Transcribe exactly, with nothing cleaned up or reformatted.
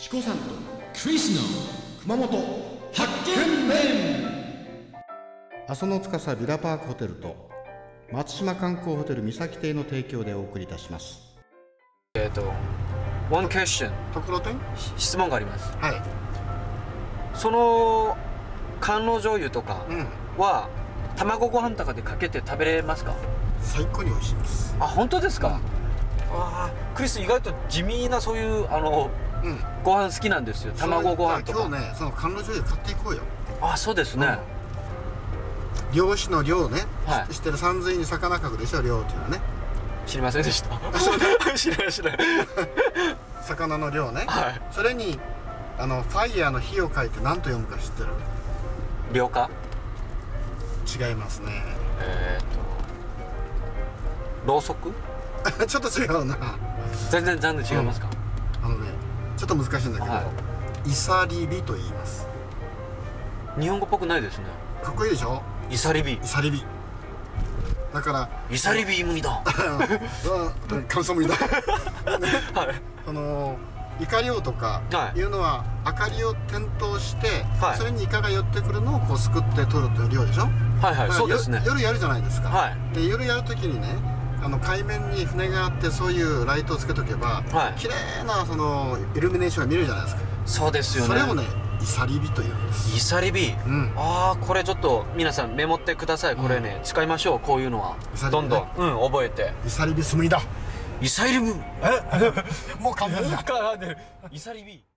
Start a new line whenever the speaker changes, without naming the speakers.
チコさんとクリスの熊本発見面。阿蘇の司ビラパークホテルと松島観光ホテル三崎邸の提供でお送りいたします。
えっと one question
ところてん
質問があります。
はい。
その甘露醤油とか
うん、
は、卵ご飯とかでかけて食べれますか？
最高に美味しいです。
あ、本当ですか？
うん、
ああ、クリス意外と地味なそういうあの、
うん、
ご飯好きなんですよ。卵ご飯とか。
今日ね、その甘露醤油買っていこうよ。
あ、そうですね、
うん、漁師の漁ね、
はい、
知ってる山水に魚書くでしょ、漁っていうのはね。
知りませんでした。知らない知らない
魚の漁ね、
はい、
それにあのファイヤーの火を書いて何と読むか知ってる？
漁か？
違いますね。
えー、っとろうそく
ちょっと違うな。
全然全然違いますか？
うん、あのね、ちょっと難しいんだけど、はい、イサリビと言います。
日本語っぽくないですね。
かっこいいでしょ？イサリビ。イサリビだから
イサリビ無理だ。
感想無理だ。ね、
はい、
あのイカ漁とかいうのは明かりを点灯して、はい、それにイカが寄ってくるのをこうすくって取るという漁でしょ。はいはい、そうですね。夜やるじゃないですか。はい、で夜やるときにね、あの海面に船があってそういうライトをつけとけば、はい、綺麗なそのイルミネーションが見れるじゃないですか。そうですよね。それをね、イサリビというんです。イサリビ、うん、ああ、これちょっと皆さんメモってください。これね、うん、使いましょう。こういうのは、ね、どんどん、うん、覚えて。イサリビスムイだ。イサリビえもう完璧だ。イサリビ